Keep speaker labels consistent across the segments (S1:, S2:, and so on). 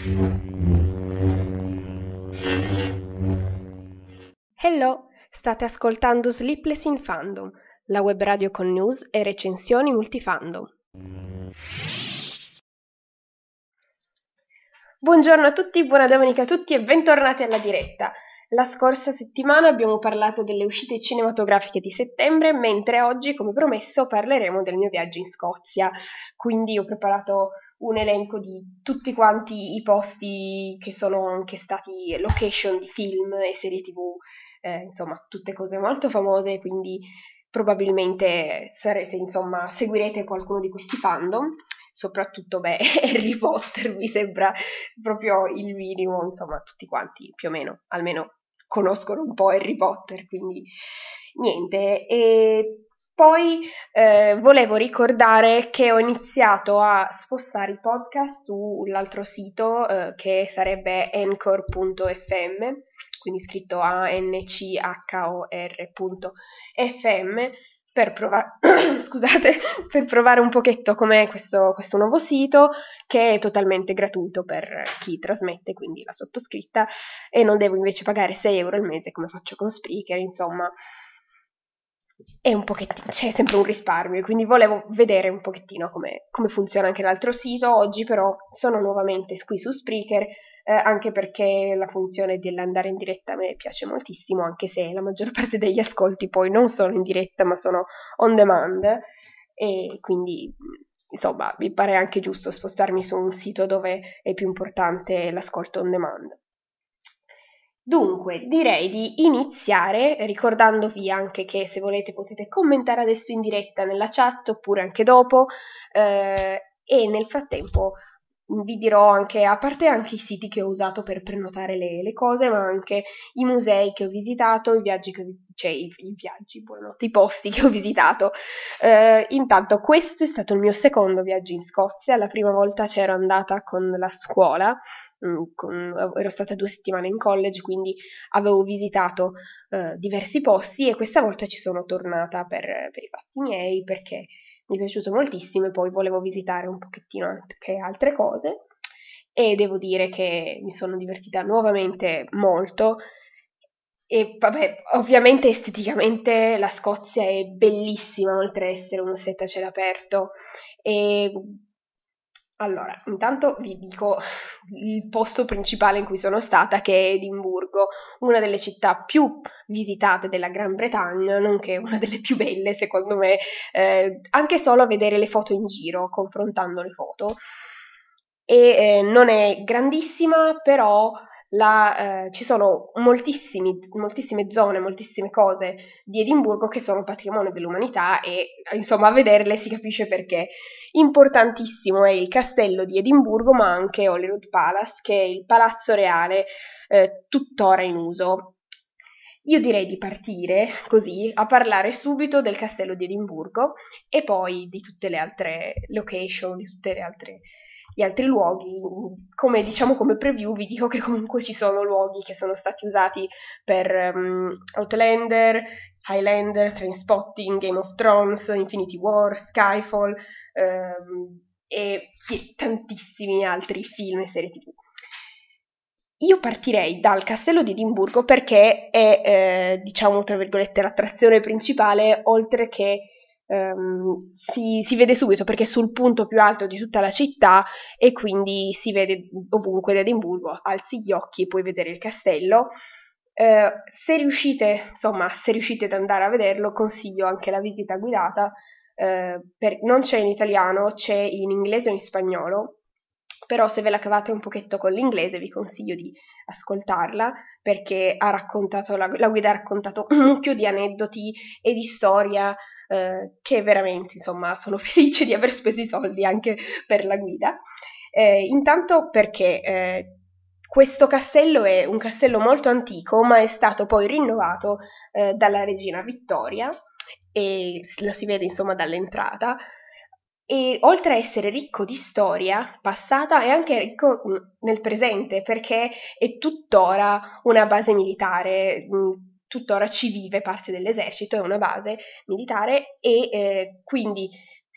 S1: Hello, state ascoltando Sleepless in Fandom, la web radio con news e recensioni multifandom. Buongiorno a tutti, buona domenica a tutti e bentornati alla diretta. La scorsa settimana abbiamo parlato delle uscite cinematografiche di settembre, mentre oggi, come promesso, parleremo del mio viaggio in Scozia. Quindi ho preparato un elenco di tutti quanti i posti che sono anche stati location di film e serie TV, insomma, tutte cose molto famose, quindi probabilmente seguirete qualcuno di questi fandom. Soprattutto, Harry Potter mi sembra proprio il minimo, insomma, tutti quanti più o meno, almeno conoscono un po' Harry Potter, quindi niente. E poi volevo ricordare che ho iniziato a spostare i podcast sull'altro sito che sarebbe anchor.fm, quindi scritto anchor.fm, per provare, scusate, per provare un pochetto com'è questo nuovo sito, che è totalmente gratuito per chi trasmette, quindi la sottoscritta, e non devo invece pagare 6 euro al mese come faccio con Spreaker, insomma è un pochettino, c'è sempre un risparmio, quindi volevo vedere un pochettino come funziona anche l'altro sito. Oggi però sono nuovamente qui su Spreaker, anche perché la funzione dell'andare in diretta a me piace moltissimo, anche se la maggior parte degli ascolti poi non sono in diretta ma sono on demand, e quindi insomma mi pare anche giusto spostarmi su un sito dove è più importante l'ascolto on demand. Dunque, direi di iniziare ricordandovi anche che se volete potete commentare adesso in diretta nella chat oppure anche dopo, e nel frattempo vi dirò anche, a parte anche i siti che ho usato per prenotare le cose, ma anche i musei che ho visitato, i viaggi i viaggi, buonanotte, i posti che ho visitato. Intanto questo è stato il mio secondo viaggio in Scozia. La prima volta c'ero andata con la scuola, ero stata 2 settimane in college, quindi avevo visitato diversi posti, e questa volta ci sono tornata per i fatti miei, perché mi è piaciuto moltissimo e poi volevo visitare un pochettino anche altre cose, e devo dire che mi sono divertita nuovamente molto. E vabbè, ovviamente esteticamente la Scozia è bellissima, oltre ad essere un set a cielo aperto. E allora, intanto vi dico il posto principale in cui sono stata, che è Edimburgo, una delle città più visitate della Gran Bretagna, nonché una delle più belle, secondo me, anche solo a vedere le foto in giro, confrontando le foto. E non è grandissima, però ci sono moltissime zone, moltissime cose di Edimburgo che sono patrimonio dell'umanità, e insomma a vederle si capisce perché. Importantissimo è il castello di Edimburgo, ma anche Holyrood Palace, che è il palazzo reale tuttora in uso. Io direi di partire così a parlare subito del castello di Edimburgo e poi di tutte le altre location, di tutte gli altri luoghi. Come preview vi dico che comunque ci sono luoghi che sono stati usati per Outlander, Highlander, Trainspotting, Game of Thrones, Infinity War, Skyfall, e tantissimi altri film e serie TV. Io partirei dal castello di Edimburgo perché è, diciamo, tra virgolette, l'attrazione principale, oltre che si vede subito perché è sul punto più alto di tutta la città, e quindi si vede ovunque da Edimburgo, alzi gli occhi e puoi vedere il castello. Se riuscite ad andare a vederlo, consiglio anche la visita guidata. Non c'è in italiano, c'è in inglese o in spagnolo, però se ve la cavate un pochetto con l'inglese vi consiglio di ascoltarla, perché la guida ha raccontato un mucchio di aneddoti e di storia, che veramente, insomma, sono felice di aver speso i soldi anche per la guida. Intanto perché questo castello è un castello molto antico, ma è stato poi rinnovato dalla regina Vittoria, e lo si vede insomma dall'entrata. E oltre a essere ricco di storia passata, è anche ricco nel presente, perché è tuttora una base militare, tuttora ci vive parte dell'esercito, è una base militare, e quindi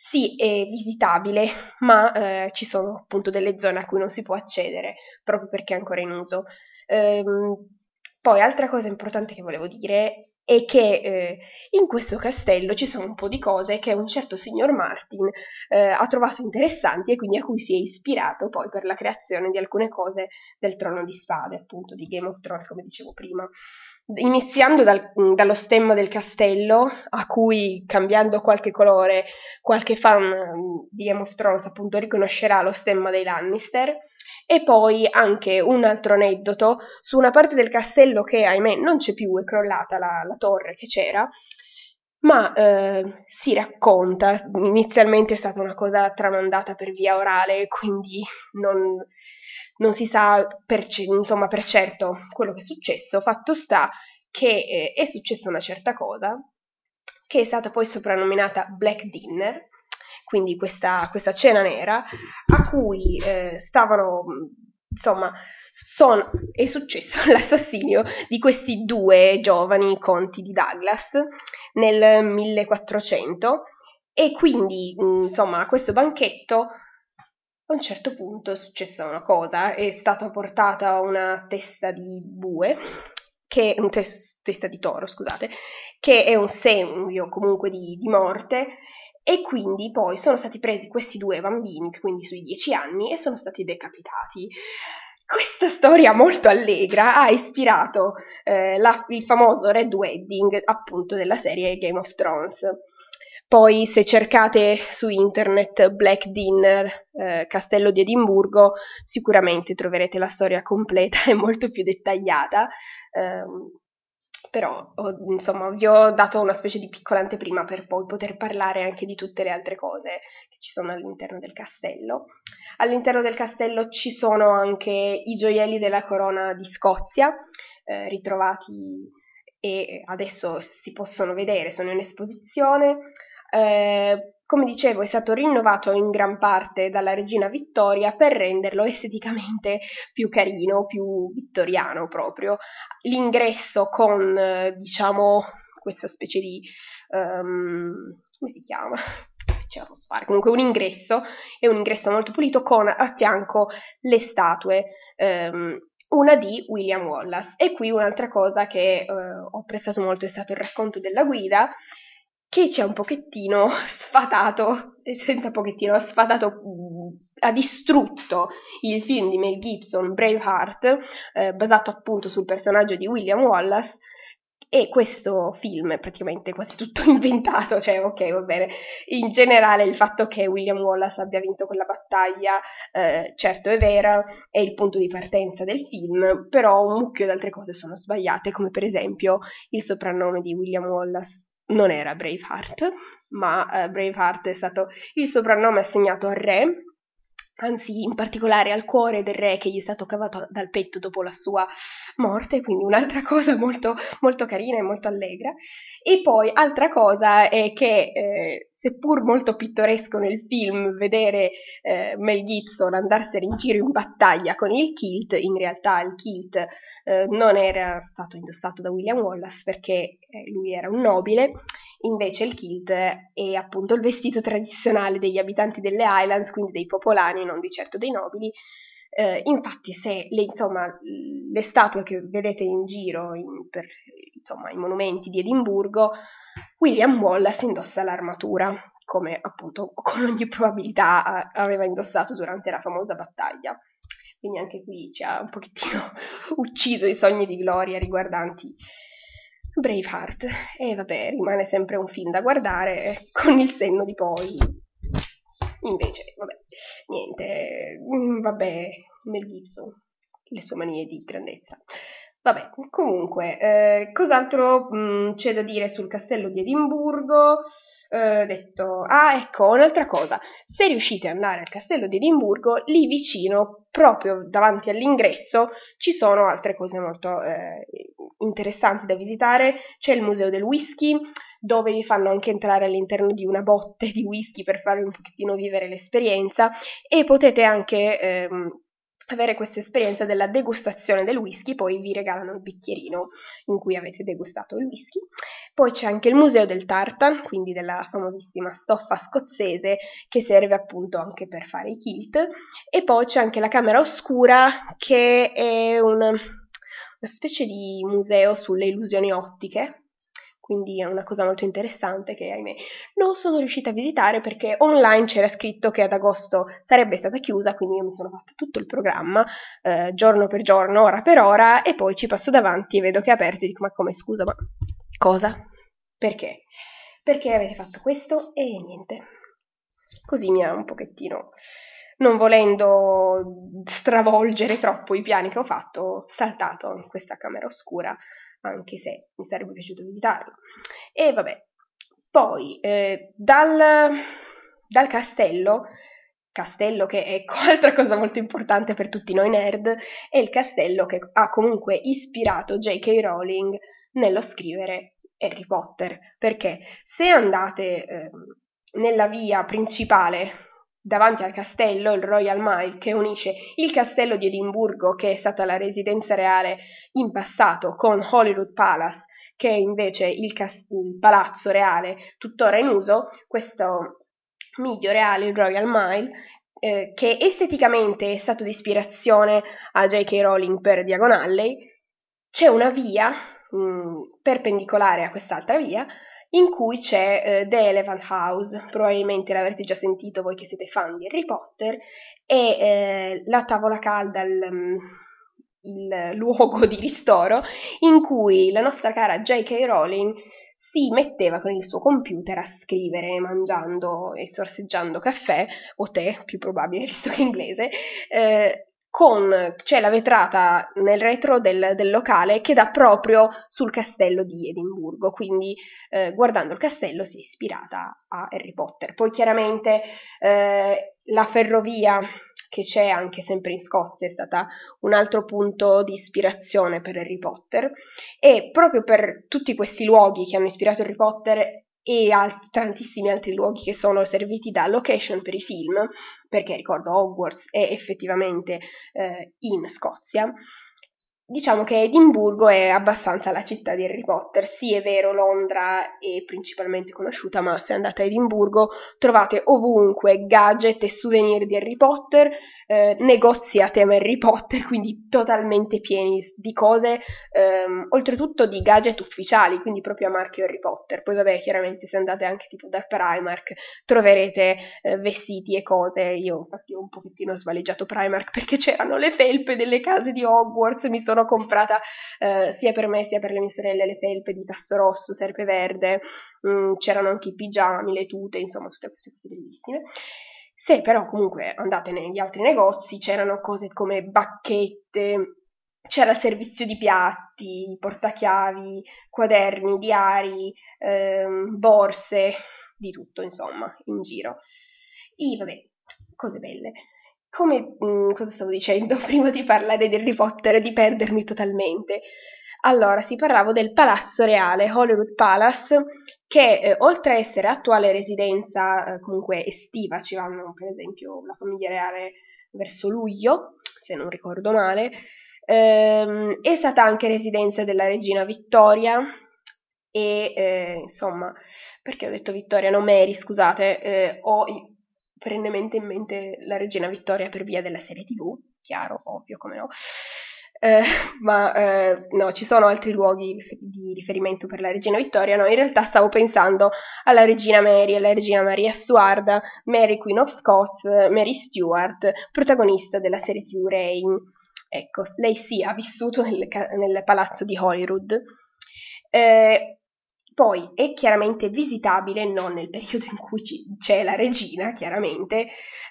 S1: sì, è visitabile, ma ci sono appunto delle zone a cui non si può accedere, proprio perché è ancora in uso. Ehm, Poi, altra cosa importante che volevo dire è che in questo castello ci sono un po' di cose che un certo signor Martin ha trovato interessanti e quindi a cui si è ispirato poi per la creazione di alcune cose del Trono di Spade, appunto di Game of Thrones, come dicevo prima. Iniziando dallo stemma del castello, a cui cambiando qualche colore, qualche fan di Game of Thrones appunto riconoscerà lo stemma dei Lannister, e poi anche un altro aneddoto su una parte del castello che ahimè non c'è più, è crollata la torre che c'era, ma si racconta, inizialmente è stata una cosa tramandata per via orale, quindi non, non si sa insomma, per certo quello che è successo. Fatto sta che è successa una certa cosa, che è stata poi soprannominata Black Dinner, quindi questa cena nera, a cui stavano, insomma, è successo l'assassinio di questi due giovani conti di Douglas nel 1400, e quindi, insomma, a questo banchetto a un certo punto è successa una cosa, è stata portata una testa di bue, testa di toro, scusate, che è un segno comunque di morte, e quindi poi sono stati presi questi due bambini, quindi sui 10 anni, e sono stati decapitati. Questa storia molto allegra ha ispirato il famoso Red Wedding, appunto, della serie Game of Thrones. Poi, se cercate su internet Black Dinner, Castello di Edimburgo, sicuramente troverete la storia completa e molto più dettagliata. Però, insomma, vi ho dato una specie di piccola anteprima per poi poter parlare anche di tutte le altre cose che ci sono all'interno del castello. All'interno del castello ci sono anche i gioielli della corona di Scozia, ritrovati e adesso si possono vedere, sono in esposizione. Come dicevo, è stato rinnovato in gran parte dalla regina Vittoria per renderlo esteticamente più carino, più vittoriano proprio. L'ingresso con, diciamo, questa specie di, come si chiama? Ce la posso fare? Comunque un ingresso, è un ingresso molto pulito con a fianco le statue, una di William Wallace. E qui un'altra cosa che ho apprezzato molto è stato il racconto della guida, che ci ha un pochettino sfatato, senza pochettino, ha sfatato, ha distrutto il film di Mel Gibson, Braveheart, basato appunto sul personaggio di William Wallace. E questo film è praticamente quasi tutto inventato, cioè ok, va bene, in generale il fatto che William Wallace abbia vinto quella battaglia, certo è vera, è il punto di partenza del film, però un mucchio di altre cose sono sbagliate, come per esempio il soprannome di William Wallace non era Braveheart, ma Braveheart è stato il soprannome assegnato al re, anzi in particolare al cuore del re che gli è stato cavato dal petto dopo la sua morte, quindi un'altra cosa molto, molto carina e molto allegra. E poi altra cosa è che seppur molto pittoresco nel film vedere Mel Gibson andarsene in giro in battaglia con il kilt, in realtà il kilt non era stato indossato da William Wallace perché lui era un nobile. Invece il kilt è appunto il vestito tradizionale degli abitanti delle Highlands, quindi dei popolani, non di certo dei nobili. Infatti, se insomma, le statue che vedete in giro per insomma, i monumenti di Edimburgo, William Wallace indossa l'armatura, come appunto con ogni probabilità aveva indossato durante la famosa battaglia. Quindi anche qui ci ha un pochettino ucciso i sogni di gloria riguardanti Braveheart. E vabbè, rimane sempre un film da guardare con il senno di poi. Invece, vabbè, niente, vabbè, Mel Gibson, le sue manie di grandezza. Vabbè, comunque, cos'altro c'è da dire sul castello di Edimburgo? Ecco, un'altra cosa, se riuscite ad andare al castello di Edimburgo, lì vicino, proprio davanti all'ingresso, ci sono altre cose molto interessanti da visitare. C'è il museo del whisky, dove vi fanno anche entrare all'interno di una botte di whisky per farvi un pochettino vivere l'esperienza, e potete anche avere questa esperienza della degustazione del whisky, poi vi regalano il bicchierino in cui avete degustato il whisky. Poi c'è anche il Museo del Tartan, quindi della famosissima stoffa scozzese, che serve appunto anche per fare i kilt, e poi c'è anche la Camera Oscura, che è una specie di museo sulle illusioni ottiche, quindi è una cosa molto interessante che, ahimè, non sono riuscita a visitare perché online c'era scritto che ad agosto sarebbe stata chiusa, quindi io mi sono fatta tutto il programma, giorno per giorno, ora per ora, e poi ci passo davanti e vedo che è aperto e dico, ma come, scusa, ma cosa? Perché? Perché avete fatto questo? E niente. Così mi ha un pochettino, non volendo stravolgere troppo i piani che ho fatto, saltato in questa camera oscura, anche se mi sarebbe piaciuto visitarlo. E vabbè, poi dal castello che ecco, altra cosa molto importante per tutti noi nerd, è il castello che ha comunque ispirato J.K. Rowling nello scrivere Harry Potter, perché se andate nella via principale davanti al castello, il Royal Mile, che unisce il castello di Edimburgo, che è stata la residenza reale in passato, con Holyrood Palace, che è invece il palazzo reale tuttora in uso, questo miglio reale, il Royal Mile, che esteticamente è stato di ispirazione a J.K. Rowling per Diagon Alley, c'è una via perpendicolare a quest'altra via in cui c'è The Elephant House, probabilmente l'avrete già sentito voi che siete fan di Harry Potter, e la tavola calda, il luogo di ristoro in cui la nostra cara J.K. Rowling si metteva con il suo computer a scrivere mangiando e sorseggiando caffè o tè, più probabile visto che è inglese, c'è la vetrata nel retro del locale che dà proprio sul castello di Edimburgo, quindi guardando il castello si è ispirata a Harry Potter. Poi chiaramente la ferrovia che c'è anche sempre in Scozia è stata un altro punto di ispirazione per Harry Potter, e proprio per tutti questi luoghi che hanno ispirato Harry Potter e tantissimi altri luoghi che sono serviti da location per i film, perché ricordo Hogwarts è effettivamente in Scozia. Diciamo che Edimburgo è abbastanza la città di Harry Potter. Sì, è vero, Londra è principalmente conosciuta, ma se andate a Edimburgo trovate ovunque gadget e souvenir di Harry Potter, negozi a tema Harry Potter, quindi totalmente pieni di cose, oltretutto di gadget ufficiali, quindi proprio a marchio Harry Potter. Poi vabbè, chiaramente se andate anche tipo da Primark troverete vestiti e cose. Io infatti ho un pochettino svaleggiato Primark perché c'erano le felpe delle case di Hogwarts, mi sono comprata sia per me sia per le mie sorelle le felpe di tasso rosso, serpeverde, c'erano anche i pigiami, le tute, insomma tutte queste cose bellissime. Se però comunque andate negli altri negozi c'erano cose come bacchette, c'era il servizio di piatti, portachiavi, quaderni, diari, borse, di tutto insomma in giro. E vabbè, cose belle. Cosa stavo dicendo prima di parlare di Harry Potter e di perdermi totalmente? Allora, parlavo del Palazzo Reale, Holyrood Palace, che oltre a essere attuale residenza comunque estiva, ci vanno per esempio la famiglia reale verso luglio, se non ricordo male, è stata anche residenza della regina Vittoria e insomma, perché ho detto Vittoria, non Mary, scusate, ho perennemente in mente la regina Vittoria per via della serie TV, chiaro, ovvio, come no. Ma no, ci sono altri luoghi di riferimento per la regina Vittoria. No, in realtà stavo pensando alla regina Mary, alla regina Maria Stuarda, Mary Queen of Scots, Mary Stuart, protagonista della serie TV Reign. Ecco, lei sì ha vissuto nel palazzo di Holyrood. Poi è chiaramente visitabile non nel periodo in cui c'è la regina, chiaramente,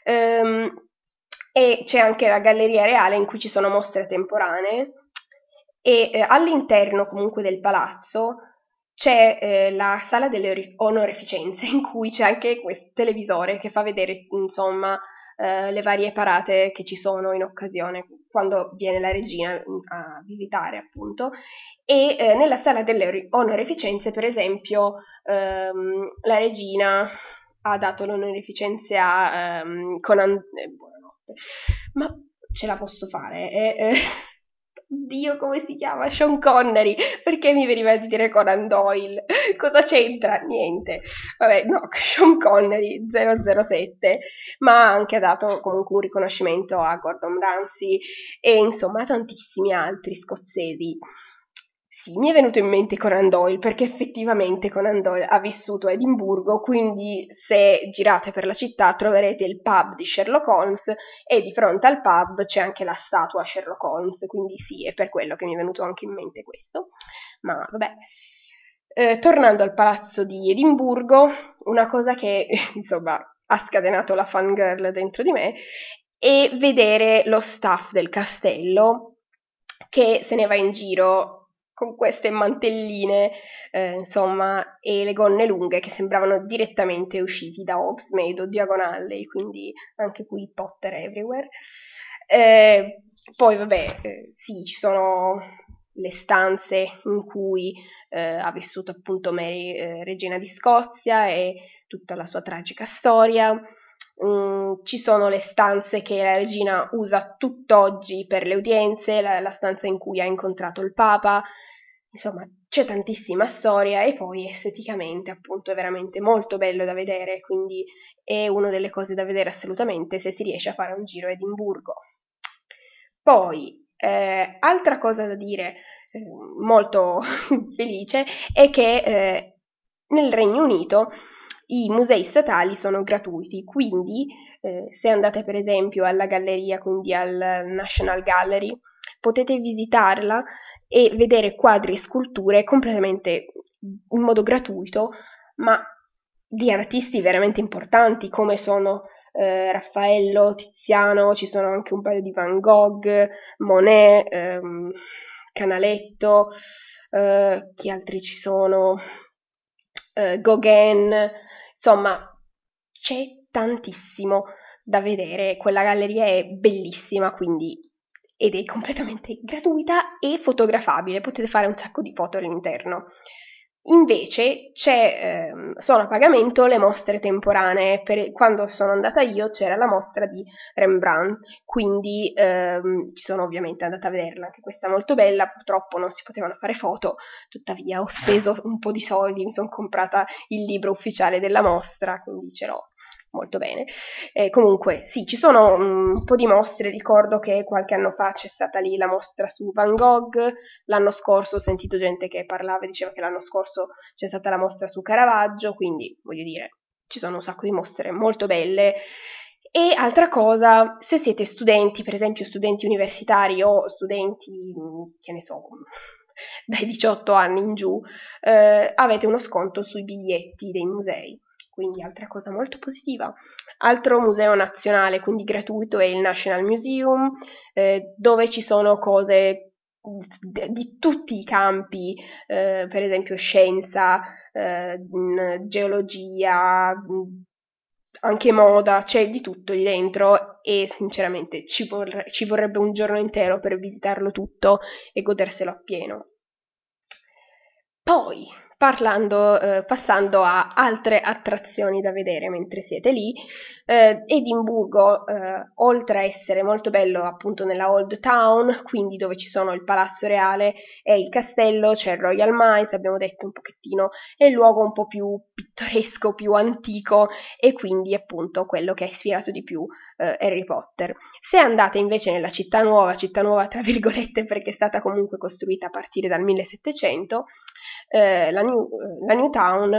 S1: e c'è anche la Galleria Reale in cui ci sono mostre temporanee, e all'interno comunque del palazzo c'è la sala delle onoreficenze in cui c'è anche questo televisore che fa vedere insomma le varie parate che ci sono in occasione quando viene la regina a visitare appunto, e nella sala delle onoreficenze per esempio la regina ha dato l'onorificenza a buonanotte, ma ce la posso fare Dio, come si chiama? Sean Connery, perché mi veniva di dire Conan Doyle? Cosa c'entra? Niente. Vabbè, no, Sean Connery 007, ma ha anche dato comunque un riconoscimento a Gordon Ramsay e insomma a tantissimi altri scozzesi. Sì, mi è venuto in mente Conan Doyle perché effettivamente Conan Doyle ha vissuto a Edimburgo, quindi se girate per la città troverete il pub di Sherlock Holmes e di fronte al pub c'è anche la statua Sherlock Holmes, quindi sì, è per quello che mi è venuto anche in mente questo. Ma vabbè, tornando al palazzo di Edimburgo, una cosa che insomma ha scatenato la fangirl dentro di me è vedere lo staff del castello che se ne va in giro con queste mantelline, insomma, e le gonne lunghe che sembravano direttamente usciti da Hogsmeade o Diagon Alley, quindi anche qui Potter everywhere. Poi, vabbè, sì, ci sono le stanze in cui ha vissuto appunto Mary, regina di Scozia, e tutta la sua tragica storia. Ci sono le stanze che la regina usa tutt'oggi per le udienze, la stanza in cui ha incontrato il Papa, insomma c'è tantissima storia e poi esteticamente appunto è veramente molto bello da vedere, quindi è una delle cose da vedere assolutamente se si riesce a fare un giro a Edimburgo. Poi, altra cosa da dire, molto felice, è che nel Regno Unito i musei statali sono gratuiti, quindi se andate per esempio alla galleria, quindi al National Gallery, potete visitarla e vedere quadri e sculture completamente in modo gratuito, ma di artisti veramente importanti come sono Raffaello, Tiziano, ci sono anche un paio di Van Gogh, Monet, Canaletto, chi altri ci sono? Gauguin, insomma, c'è tantissimo da vedere, quella galleria è bellissima, quindi ed è completamente gratuita e fotografabile, potete fare un sacco di foto all'interno. Invece sono a pagamento le mostre temporanee. Quando sono andata io c'era la mostra di Rembrandt, quindi ci sono ovviamente andata a vederla, anche questa è molto bella, purtroppo non si potevano fare foto, tuttavia ho speso un po' di soldi, mi sono comprata il libro ufficiale della mostra, quindi ce l'ho molto bene. Comunque, sì, ci sono un po' di mostre, ricordo che qualche anno fa c'è stata lì la mostra su Van Gogh, l'anno scorso ho sentito gente che parlava e diceva che l'anno scorso c'è stata la mostra su Caravaggio, quindi voglio dire, ci sono un sacco di mostre molto belle. E altra cosa, se siete studenti, per esempio studenti universitari o studenti, che ne so, dai 18 anni in giù, avete uno sconto sui biglietti dei musei, quindi altra cosa molto positiva. Altro museo nazionale, quindi gratuito, è il National Museum, dove ci sono cose di tutti i campi, per esempio scienza, geologia, anche moda, c'è di tutto lì dentro e sinceramente ci vorrebbe un giorno intero per visitarlo tutto e goderselo appieno. Poi, passando a altre attrazioni da vedere mentre siete lì, Edimburgo, oltre a essere molto bello appunto nella Old Town, quindi dove ci sono il Palazzo Reale e il castello, c'è il Royal Mile, abbiamo detto un pochettino, è il luogo un po' più pittoresco, più antico e quindi appunto quello che ha ispirato di più Harry Potter. Se andate invece nella città nuova tra virgolette perché è stata comunque costruita a partire dal 1700, la New Town,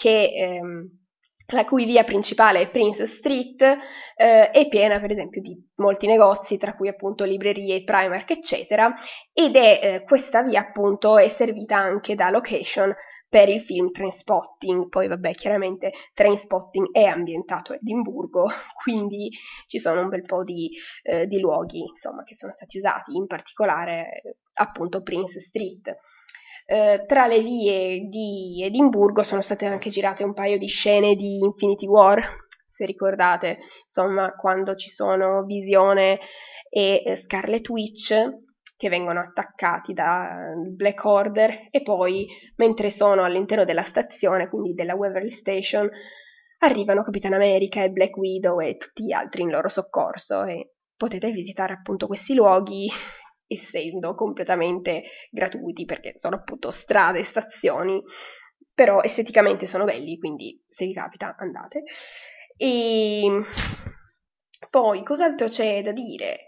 S1: la cui via principale è Prince Street, è piena per esempio di molti negozi, tra cui appunto librerie, Primark, eccetera, ed questa via appunto è servita anche da location per il film Trainspotting. Poi vabbè, chiaramente Trainspotting è ambientato a Edimburgo, quindi ci sono un bel po' di luoghi insomma che sono stati usati, in particolare appunto Prince Street. Tra le vie di Edimburgo sono state anche girate un paio di scene di Infinity War, se ricordate, insomma, quando ci sono Visione e Scarlet Witch che vengono attaccati da Black Order e poi, mentre sono all'interno della stazione, quindi della Waverly Station, arrivano Capitan America e Black Widow e tutti gli altri in loro soccorso e potete visitare appunto questi luoghi essendo completamente gratuiti, perché sono appunto strade, stazioni, però esteticamente sono belli, quindi se vi capita andate. E poi cos'altro c'è da dire?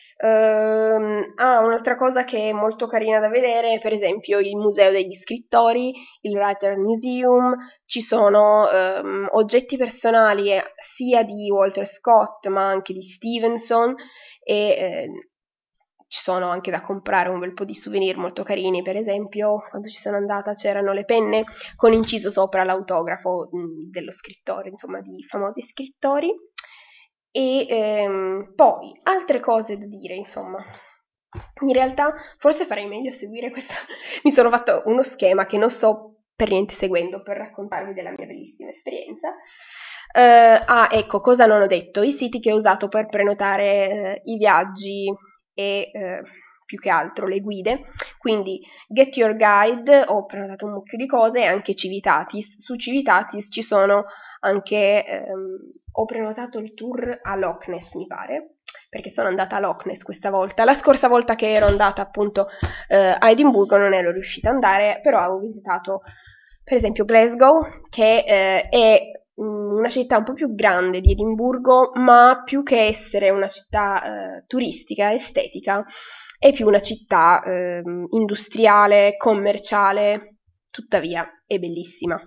S1: Un'altra cosa che è molto carina da vedere è per esempio il Museo degli Scrittori, il Writer Museum. Ci sono oggetti personali sia di Walter Scott ma anche di Stevenson, e ci sono anche da comprare un bel po' di souvenir molto carini. Per esempio, quando ci sono andata c'erano le penne con inciso sopra l'autografo dello scrittore, insomma di famosi scrittori. E poi altre cose da dire, insomma. In realtà forse farei meglio a seguire questa. Mi sono fatto uno schema che non sto per niente seguendo per raccontarvi della mia bellissima esperienza. Ecco, cosa non ho detto? I siti che ho usato per prenotare i viaggi e più che altro le guide. Quindi Get Your Guide, ho prenotato un mucchio di cose, e anche Civitatis. Su Civitatis ci sono anche, ho prenotato il tour a Loch Ness, mi pare, perché sono andata a Loch Ness questa volta. La scorsa volta che ero andata appunto a Edimburgo non ero riuscita ad andare, però avevo visitato per esempio Glasgow, che è una città un po' più grande di Edimburgo, ma più che essere una città turistica, estetica, è più una città industriale, commerciale, tuttavia è bellissima.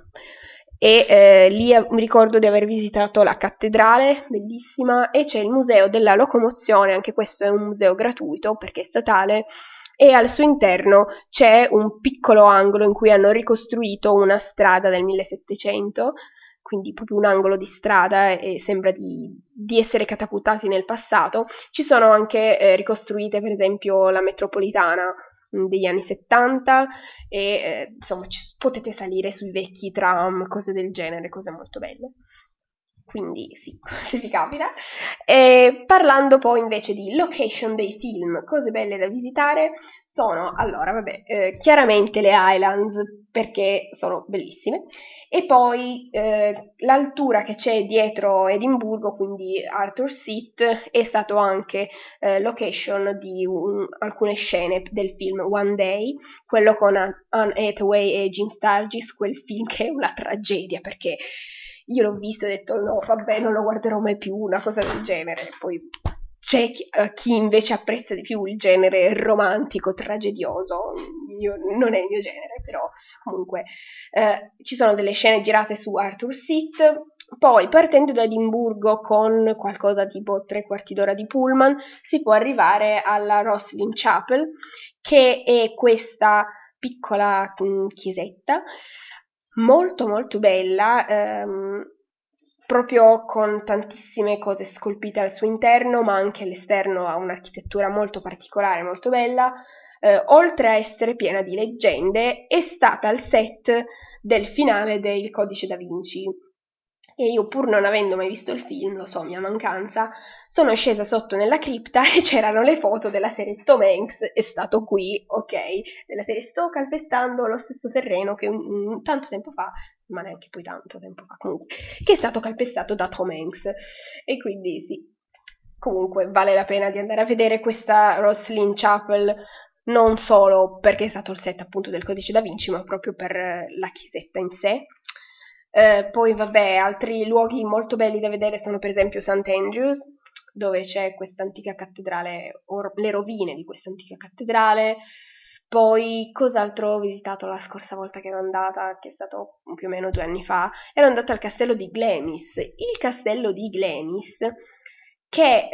S1: E lì mi ricordo di aver visitato la cattedrale, bellissima, e c'è il museo della locomozione, anche questo è un museo gratuito perché è statale, e al suo interno c'è un piccolo angolo in cui hanno ricostruito una strada del 1700, quindi proprio un angolo di strada, e sembra di essere catapultati nel passato. Ci sono anche ricostruite per esempio la metropolitana degli anni 70, e insomma potete salire sui vecchi tram, cose del genere, cose molto belle. Quindi sì, se vi capita. Parlando poi invece di location dei film, cose belle da visitare sono, allora, vabbè, chiaramente le Highlands, perché sono bellissime, e poi l'altura che c'è dietro Edimburgo, quindi Arthur Seat, è stato anche location di alcune scene del film One Day, quello con Anne Hathaway e Jim Sturgis, quel film che è una tragedia, perché io l'ho visto e ho detto no, vabbè, non lo guarderò mai più, una cosa del genere. Poi c'è chi invece apprezza di più il genere romantico, tragedioso. Non è il mio genere, però comunque ci sono delle scene girate su Arthur Seat. Poi, partendo da Edimburgo con qualcosa tipo 3/4 d'ora di pullman, si può arrivare alla Rosslyn Chapel, che è questa piccola chiesetta molto molto bella, proprio con tantissime cose scolpite al suo interno, ma anche all'esterno ha un'architettura molto particolare, molto bella. Oltre a essere piena di leggende, è stata il set del finale del Codice da Vinci. E io, pur non avendo mai visto il film, lo so, mia mancanza, sono scesa sotto nella cripta e c'erano le foto della serie Tom Hanks, è stato qui, ok, della serie sto calpestando lo stesso terreno che tanto tempo fa, ma neanche poi tanto tempo fa comunque, che è stato calpestato da Tom Hanks. E quindi sì, comunque vale la pena di andare a vedere questa Rosslyn Chapel, non solo perché è stato il set appunto del Codice da Vinci, ma proprio per la chiesetta in sé. Poi vabbè, altri luoghi molto belli da vedere sono per esempio St. Andrews, dove c'è questa antica cattedrale, le rovine di questa antica cattedrale. Poi cos'altro ho visitato la scorsa volta che ero andata, che è stato più o meno 2 anni fa? Ero andata al castello di Glamis. Il castello di Glamis, che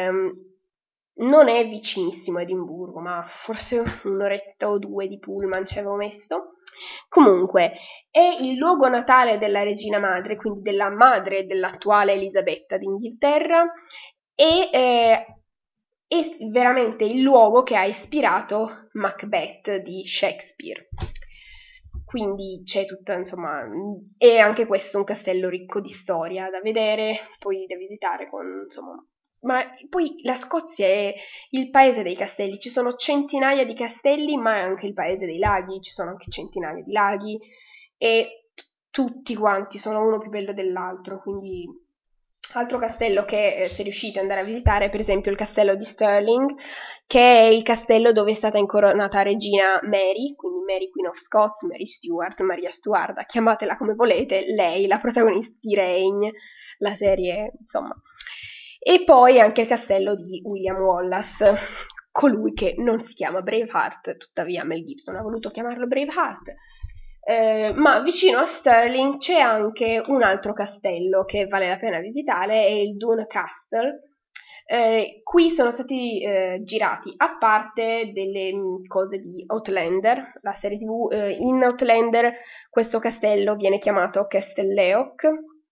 S1: non è vicinissimo a Edimburgo, ma forse un'oretta o 2 di pullman ci avevo messo. Comunque, è il luogo natale della regina madre, quindi della madre dell'attuale Elisabetta d'Inghilterra, e è veramente il luogo che ha ispirato Macbeth di Shakespeare. Quindi c'è tutta, insomma, è anche questo un castello ricco di storia da vedere, poi da visitare con, insomma. Ma poi la Scozia è il paese dei castelli, ci sono centinaia di castelli, ma è anche il paese dei laghi, ci sono anche centinaia di laghi, e tutti quanti sono uno più bello dell'altro, quindi Altro castello che se riuscite ad andare a visitare è per esempio il castello di Stirling, che è il castello dove è stata incoronata regina Mary, quindi Mary Queen of Scots, Mary Stuart, Maria Stuarda, chiamatela come volete, lei, la protagonista di Reign, la serie, insomma. E poi anche il castello di William Wallace, colui che non si chiama Braveheart, tuttavia Mel Gibson ha voluto chiamarlo Braveheart. Ma vicino a Stirling c'è anche un altro castello che vale la pena visitare, è il Dune Castle. Qui sono stati girati, a parte delle cose di Outlander, la serie TV, in Outlander questo castello viene chiamato Castelleoc,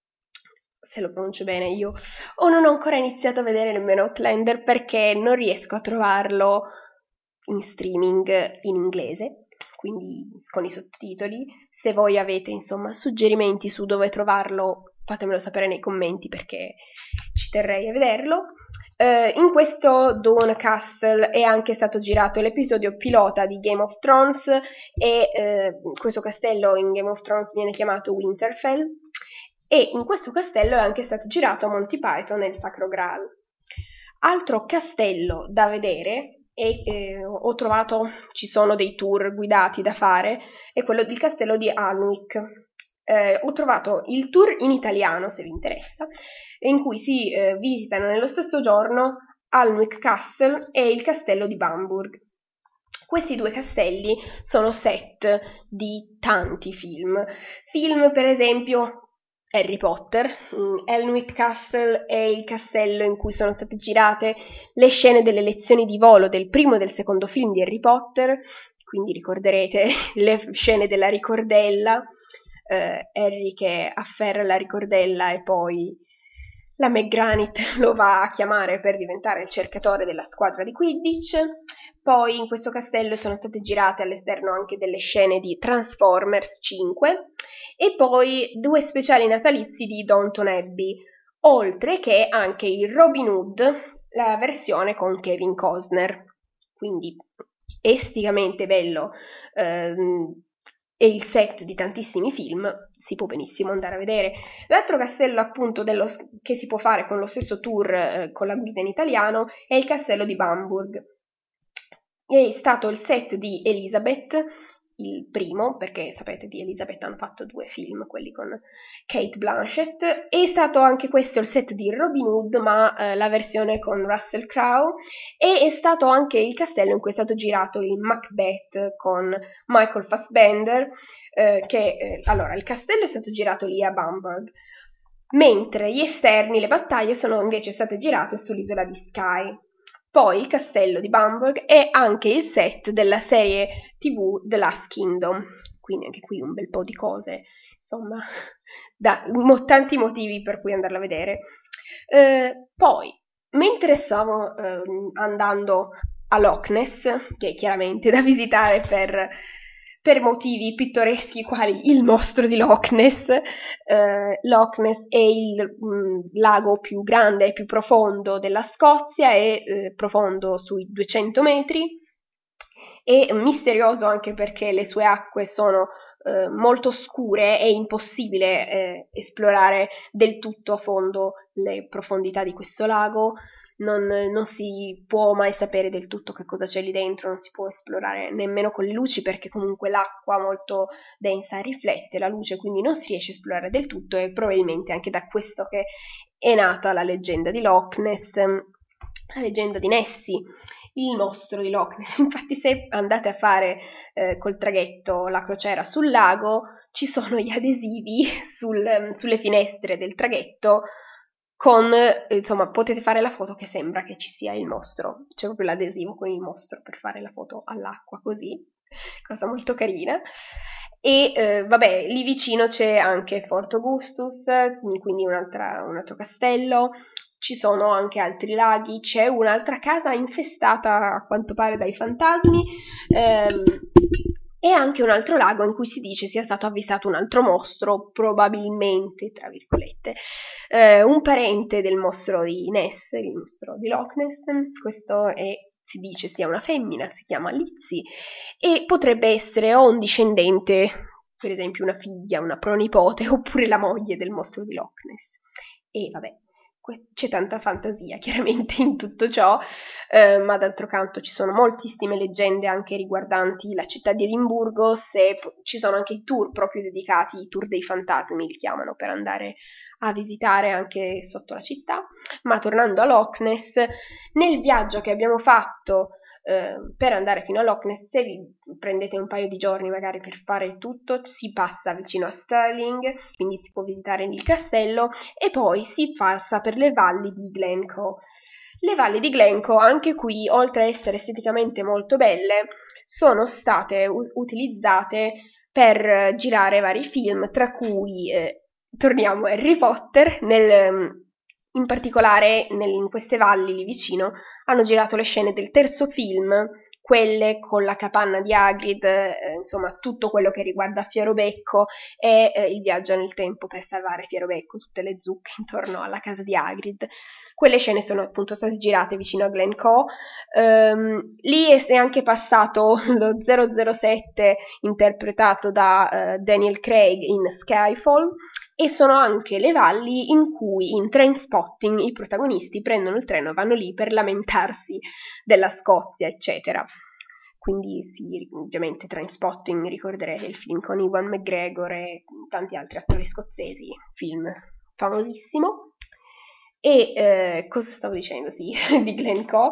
S1: se lo pronuncio bene io, o non ho ancora iniziato a vedere nemmeno Outlander perché non riesco a trovarlo in streaming in inglese, quindi con i sottotitoli. Se voi avete insomma suggerimenti su dove trovarlo, fatemelo sapere nei commenti perché ci terrei a vederlo. In questo Dune Castle è anche stato girato l'episodio pilota di Game of Thrones e questo castello in Game of Thrones viene chiamato Winterfell e in questo castello è anche stato girato Monty Python e il Sacro Graal. Altro castello da vedere e ho trovato, ci sono dei tour guidati da fare, è quello del castello di Alnwick. Ho trovato il tour in italiano, se vi interessa, in cui si visitano nello stesso giorno Alnwick Castle e il castello di Bamburgh. Questi due castelli sono set di tanti film. Film, per esempio, Harry Potter. Alnwick Castle è il castello in cui sono state girate le scene delle lezioni di volo del primo e del secondo film di Harry Potter, quindi ricorderete le scene della ricordella, Harry che afferra la ricordella e poi la McGranit lo va a chiamare per diventare il cercatore della squadra di Quidditch. Poi in questo castello sono state girate all'esterno anche delle scene di Transformers 5 e poi 2 speciali natalizi di Downton Abbey, oltre che anche il Robin Hood, la versione con Kevin Costner. Quindi esteticamente bello e il set di tantissimi film, si può benissimo andare a vedere. L'altro castello appunto che si può fare con lo stesso tour con la guida in italiano è il castello di Bamburgh. È stato il set di Elizabeth, il primo, perché sapete di Elizabeth hanno fatto 2 film, quelli con Kate Blanchett, è stato anche questo il set di Robin Hood, ma la versione con Russell Crowe, e è stato anche il castello in cui è stato girato il Macbeth con Michael Fassbender, allora il castello è stato girato lì a Bamburgh, mentre gli esterni, le battaglie sono invece state girate sull'isola di Skye. Poi il castello di Bamburgh è anche il set della serie TV The Last Kingdom, quindi anche qui un bel po' di cose, insomma, tanti motivi per cui andarla a vedere. Poi, mentre stavo andando a Loch Ness, che è chiaramente da visitare per motivi pittoreschi quali il mostro di Loch Ness. Loch Ness è il lago più grande e più profondo della Scozia, è profondo sui 200 metri, è misterioso anche perché le sue acque sono molto scure, è impossibile esplorare del tutto a fondo le profondità di questo lago. Non si può mai sapere del tutto che cosa c'è lì dentro, non si può esplorare nemmeno con le luci perché comunque l'acqua molto densa riflette la luce, quindi non si riesce a esplorare del tutto e probabilmente anche da questo che è nata la leggenda di Loch Ness, la leggenda di Nessie, il mostro di Loch Ness. Infatti se andate a fare col traghetto la crociera sul lago ci sono gli adesivi sulle finestre del traghetto insomma, potete fare la foto che sembra che ci sia il mostro, c'è proprio l'adesivo con il mostro per fare la foto all'acqua così, cosa molto carina. E vabbè, lì vicino c'è anche Fort Augustus, quindi un altro castello, ci sono anche altri laghi, c'è un'altra casa infestata a quanto pare dai fantasmi, e anche un altro lago in cui si dice sia stato avvistato un altro mostro, probabilmente, tra virgolette, un parente del mostro di Ness, il mostro di Loch Ness. Questo si dice sia una femmina, si chiama Lizzie, e potrebbe essere o un discendente, per esempio una figlia, una pronipote, oppure la moglie del mostro di Loch Ness. E vabbè, c'è tanta fantasia chiaramente in tutto ciò, ma d'altro canto ci sono moltissime leggende anche riguardanti la città di Edimburgo, ci sono anche i tour proprio dedicati, i tour dei fantasmi li chiamano, per andare a visitare anche sotto la città. Ma tornando a Loch Ness, nel viaggio che abbiamo fatto per andare fino a Loch Ness, se vi prendete un paio di giorni magari per fare tutto, si passa vicino a Stirling, quindi si può visitare il castello, e poi si passa per le valli di Glencoe. Le valli di Glencoe, anche qui, oltre a essere esteticamente molto belle, sono state utilizzate per girare vari film, tra cui torniamo a Harry Potter, in particolare in queste valli lì vicino hanno girato le scene del terzo film, quelle con la capanna di Hagrid, insomma tutto quello che riguarda Fierobecco e il viaggio nel tempo per salvare Fierobecco, tutte le zucche intorno alla casa di Hagrid. Quelle scene sono appunto state girate vicino a Glencoe. Lì è anche passato lo 007 interpretato da Daniel Craig in Skyfall, e sono anche le valli in cui in Trainspotting i protagonisti prendono il treno e vanno lì per lamentarsi della Scozia, eccetera. Quindi sì, ovviamente Trainspotting, ricorderete il film con Ewan McGregor e tanti altri attori scozzesi, film famosissimo. E cosa stavo dicendo? Sì, di Glencoe.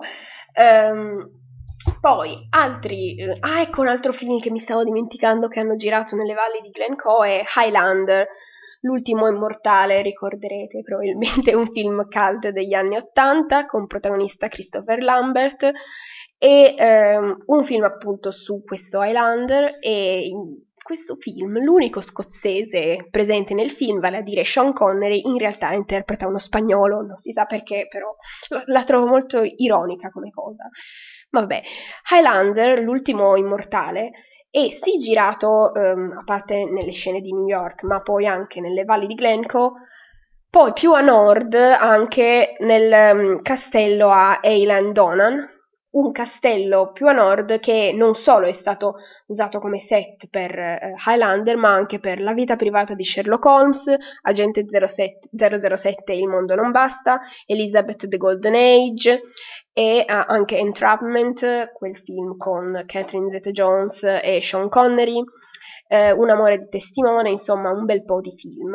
S1: Poi altri, ecco un altro film che mi stavo dimenticando che hanno girato nelle valli di Glencoe è Highlander, l'ultimo immortale, ricorderete probabilmente, un film cult degli anni '80 con protagonista Christopher Lambert, e un film appunto su questo Highlander, e in questo film l'unico scozzese presente nel film, vale a dire Sean Connery, in realtà interpreta uno spagnolo, non si sa perché, però la trovo molto ironica come cosa. Vabbè, Highlander, l'ultimo immortale, è sì girato a parte nelle scene di New York, ma poi anche nelle valli di Glencoe, poi più a nord anche nel castello a Eilean Donan, un castello più a nord che non solo è stato usato come set per Highlander, ma anche per la vita privata di Sherlock Holmes, Agente 007 Il mondo non basta, Elizabeth the Golden Age, e anche Entrapment, quel film con Catherine Zeta-Jones e Sean Connery, Un amore di testimone, insomma un bel po' di film,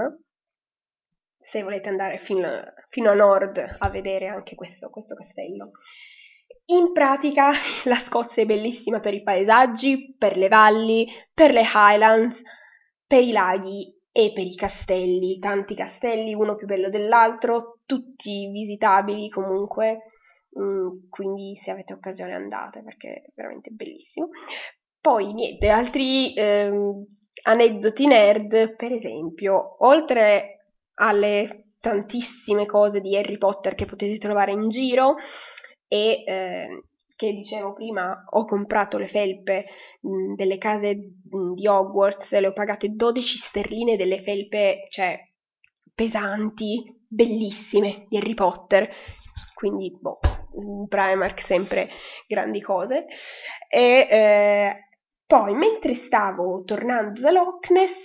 S1: se volete andare fino a nord a vedere anche questo castello. In pratica la Scozia è bellissima per i paesaggi, per le valli, per le Highlands, per i laghi e per i castelli, tanti castelli, uno più bello dell'altro, tutti visitabili comunque, quindi se avete occasione andate perché è veramente bellissimo. Poi niente, altri aneddoti nerd, per esempio, oltre alle tantissime cose di Harry Potter che potete trovare in giro, e che dicevo prima, ho comprato le felpe delle case di Hogwarts, le ho pagate 12 sterline, delle felpe, cioè, pesanti, bellissime, di Harry Potter, quindi Primark sempre grandi cose. E poi mentre stavo tornando da Loch Ness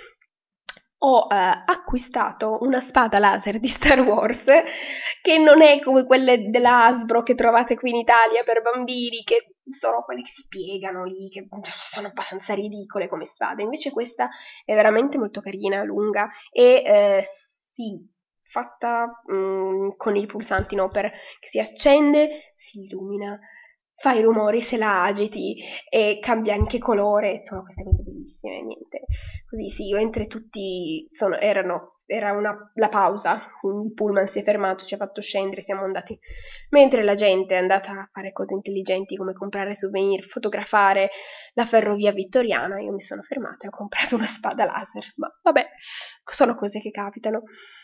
S1: ho acquistato una spada laser di Star Wars, che non è come quelle della Hasbro che trovate qui in Italia per bambini, che sono quelle che si piegano lì, che sono abbastanza ridicole come spade. Invece questa è veramente molto carina, lunga, e sì, fatta con i pulsanti, no, che si accende, si illumina, fa i rumori se la agiti e cambia anche colore, sono queste cose bellissime, niente. Così sì, mentre tutti era la pausa, il pullman si è fermato, ci ha fatto scendere, siamo andati, mentre la gente è andata a fare cose intelligenti come comprare souvenir, fotografare la ferrovia vittoriana, io mi sono fermata e ho comprato una spada laser, ma vabbè, sono cose che capitano.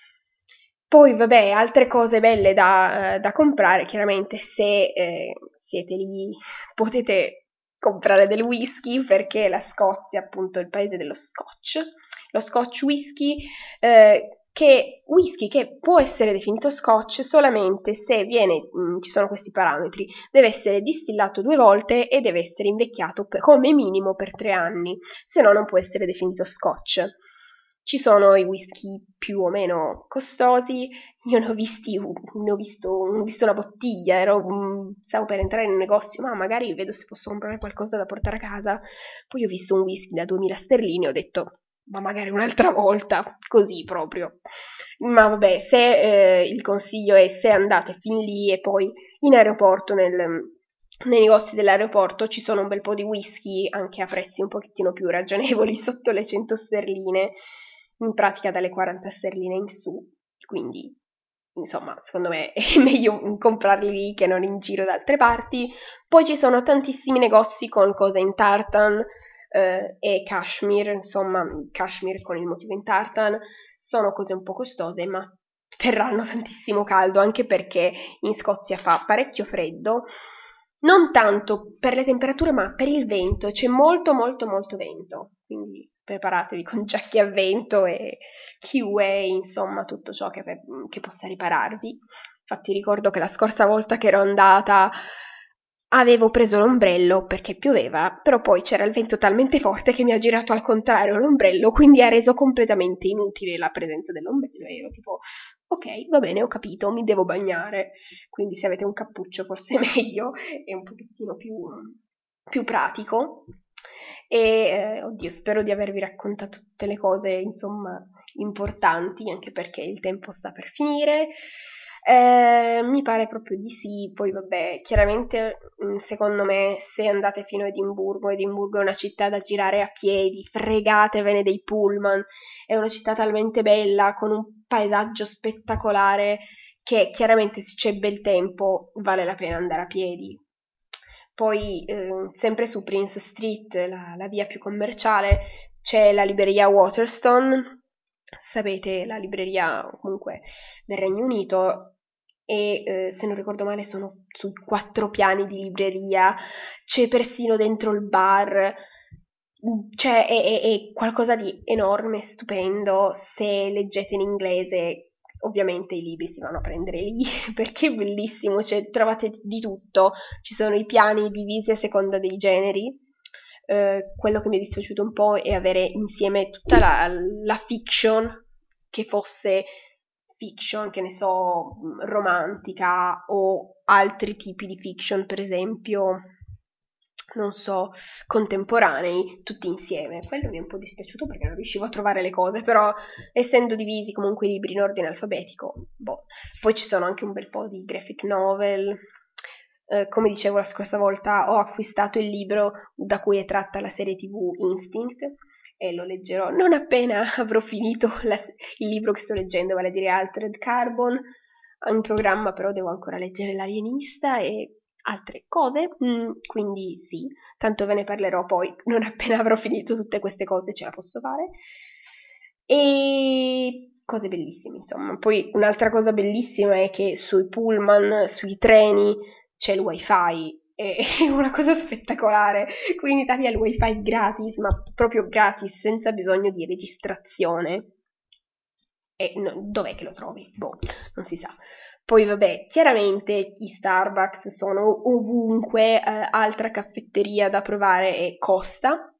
S1: Poi vabbè, altre cose belle da comprare, chiaramente se siete lì potete comprare del whisky, perché la Scozia è appunto il paese dello scotch, lo scotch whisky, che può essere definito scotch solamente se ci sono questi parametri: deve essere distillato 2 volte e deve essere invecchiato come minimo per 3 anni, se no non può essere definito scotch. Ci sono i whisky più o meno costosi. Io ne ho visto una bottiglia, stavo per entrare in un negozio, ma magari vedo se posso comprare qualcosa da portare a casa. Poi ho visto un whisky da 2000 sterline e ho detto, ma magari un'altra volta, così proprio. Ma vabbè, se il consiglio è se andate fin lì e poi in aeroporto, nei negozi dell'aeroporto ci sono un bel po' di whisky anche a prezzi un pochettino più ragionevoli, sotto le 100 sterline, in pratica dalle 40 sterline in su, quindi insomma secondo me è meglio comprarli lì che non in giro da altre parti. Poi ci sono tantissimi negozi con cose in tartan e cashmere, insomma cashmere con il motivo in tartan, sono cose un po' costose ma terranno tantissimo caldo, anche perché in Scozia fa parecchio freddo, non tanto per le temperature ma per il vento, c'è molto molto molto vento, quindi preparatevi con giacche a vento e keyway, insomma tutto ciò che possa ripararvi. Infatti ricordo che la scorsa volta che ero andata avevo preso l'ombrello perché pioveva, però poi c'era il vento talmente forte che mi ha girato al contrario l'ombrello, quindi ha reso completamente inutile la presenza dell'ombrello e ero tipo, ok, va bene, ho capito, mi devo bagnare, quindi se avete un cappuccio forse è meglio, è un pochettino più pratico. E oddio, spero di avervi raccontato tutte le cose, insomma, importanti, anche perché il tempo sta per finire. Mi pare proprio di sì. Poi vabbè, chiaramente secondo me se andate fino a Edimburgo è una città da girare a piedi, fregatevene dei pullman, è una città talmente bella, con un paesaggio spettacolare, che chiaramente se c'è bel tempo vale la pena andare a piedi. Poi sempre su Prince Street, la via più commerciale, c'è la libreria Waterstone, sapete, la libreria comunque del Regno Unito, e se non ricordo male sono su 4 piani di libreria, c'è persino dentro il bar, cioè è qualcosa di enorme, stupendo. Se leggete in inglese ovviamente i libri si vanno a prendere lì perché è bellissimo, cioè, trovate di tutto, ci sono i piani divisi a seconda dei generi. Quello che mi è dispiaciuto un po' è avere insieme tutta la fiction, che fosse fiction, che ne so, romantica o altri tipi di fiction, per esempio, non so, contemporanei, tutti insieme. Quello mi è un po' dispiaciuto perché non riuscivo a trovare le cose, però essendo divisi comunque i libri in ordine alfabetico, boh. Poi ci sono anche un bel po' di graphic novel. Come dicevo la scorsa volta, ho acquistato il libro da cui è tratta la serie TV Instinct e lo leggerò non appena avrò finito il libro che sto leggendo, vale a dire Altered Carbon. In programma però devo ancora leggere L'Alienista e altre cose, quindi sì, tanto ve ne parlerò poi non appena avrò finito tutte queste cose, ce la posso fare. E cose bellissime, insomma. Poi un'altra cosa bellissima è che sui pullman, sui treni c'è il wifi, è una cosa spettacolare. Qui in Italia il wifi è gratis, ma proprio gratis, senza bisogno di registrazione. E dov'è che lo trovi? Boh, non si sa. Poi vabbè, chiaramente i Starbucks sono ovunque, altra caffetteria da provare è Costa.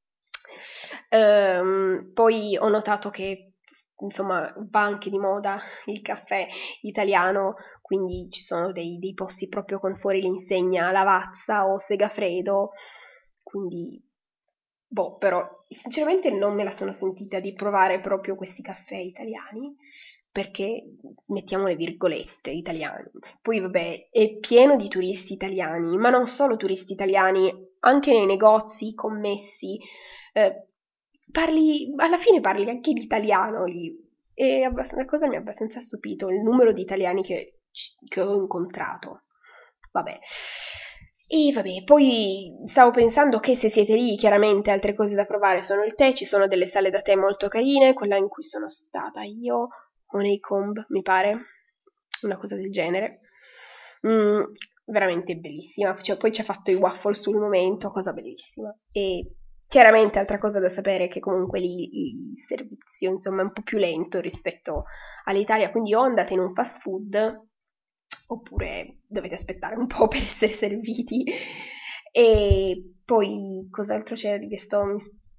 S1: Poi ho notato che insomma va anche di moda il caffè italiano, quindi ci sono dei posti proprio con fuori l'insegna Lavazza o Segafredo, quindi boh, però sinceramente non me la sono sentita di provare proprio questi caffè italiani, perché mettiamo le virgolette italiani. Poi vabbè, è pieno di turisti italiani, ma non solo turisti italiani, anche nei negozi, commessi, eh, alla fine parli anche l'italiano lì. E la cosa mi ha abbastanza stupito, il numero di italiani che ho incontrato. Vabbè. E vabbè, poi stavo pensando che se siete lì, chiaramente altre cose da provare sono il tè, ci sono delle sale da tè molto carine, quella in cui sono stata io, Honeycomb, mi pare, una cosa del genere. Mm, veramente bellissima, cioè, poi ci ha fatto i waffle sul momento, cosa bellissima. E chiaramente altra cosa da sapere è che comunque lì il servizio insomma è un po' più lento rispetto all'Italia, quindi o andate in un fast food oppure dovete aspettare un po' per essere serviti. E poi cos'altro c'era di questo?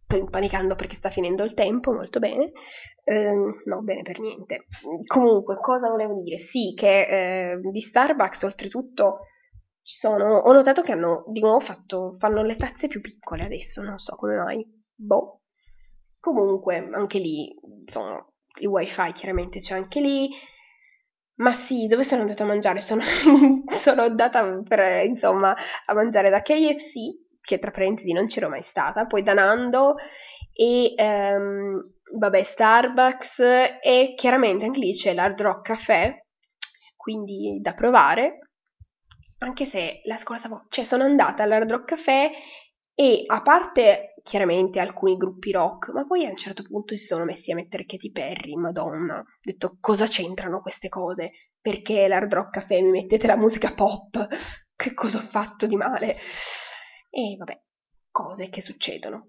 S1: sto impanicando perché sta finendo il tempo, molto bene. No, bene per niente. Comunque, cosa volevo dire? Sì, che di Starbucks oltretutto ho notato che hanno di nuovo fanno le tazze più piccole adesso, non so come mai. Boh. Comunque, anche lì, insomma, il wifi chiaramente c'è anche lì. Ma sì, dove sono andata a mangiare? Sono andata insomma, a mangiare da KFC, che tra parentesi non c'ero mai stata, poi da Nando e vabbè, Starbucks e chiaramente anche lì c'è l'Hard Rock Café, quindi da provare, anche se la scorsa volta, cioè sono andata all'Hard Rock Café e a parte chiaramente alcuni gruppi rock, ma poi a un certo punto si sono messi a mettere Katy Perry, Madonna, ho detto cosa c'entrano queste cose? Perché l'Hard Rock Café mi mettete la musica pop? Che cosa ho fatto di male? E vabbè, cose che succedono.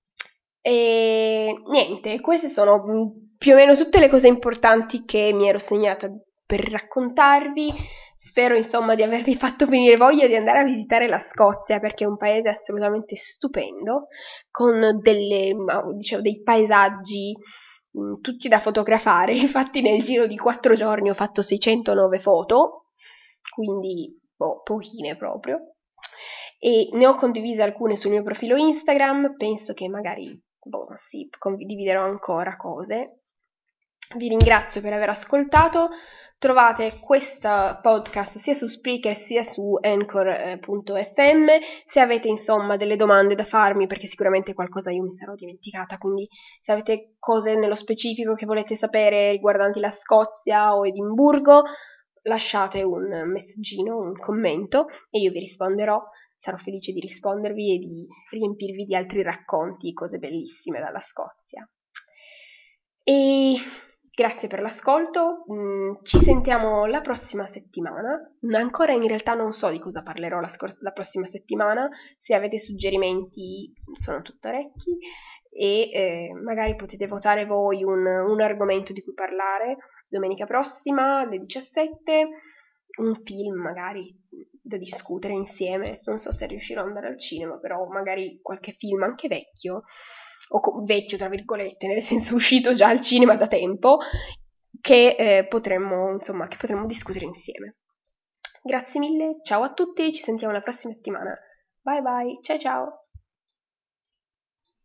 S1: E niente, queste sono più o meno tutte le cose importanti che mi ero segnata per raccontarvi. Spero insomma di avervi fatto venire voglia di andare a visitare la Scozia perché è un paese assolutamente stupendo, con diciamo, dei paesaggi tutti da fotografare. Infatti nel giro di 4 giorni ho fatto 609 foto, quindi pochine proprio. E ne ho condivise alcune sul mio profilo Instagram, penso che magari sì, condividerò ancora cose. Vi ringrazio per aver ascoltato. Trovate questo podcast sia su Spreaker sia su Anchor.fm. Se avete insomma delle domande da farmi, perché sicuramente qualcosa io mi sarò dimenticata, quindi se avete cose nello specifico che volete sapere riguardanti la Scozia o Edimburgo, lasciate un messaggino, un commento e io vi risponderò. Sarò felice di rispondervi e di riempirvi di altri racconti, cose bellissime dalla Scozia. E grazie per l'ascolto, ci sentiamo la prossima settimana. Ancora in realtà non so di cosa parlerò la prossima settimana, se avete suggerimenti sono tutto orecchi e magari potete votare voi un argomento di cui parlare domenica prossima alle 17, un film magari da discutere insieme. Non so se riuscirò ad andare al cinema, però magari qualche film anche vecchio, vecchio tra virgolette, nel senso uscito già al cinema da tempo, che potremmo discutere insieme. Grazie mille, ciao a tutti, ci sentiamo la prossima settimana. Bye bye, ciao ciao!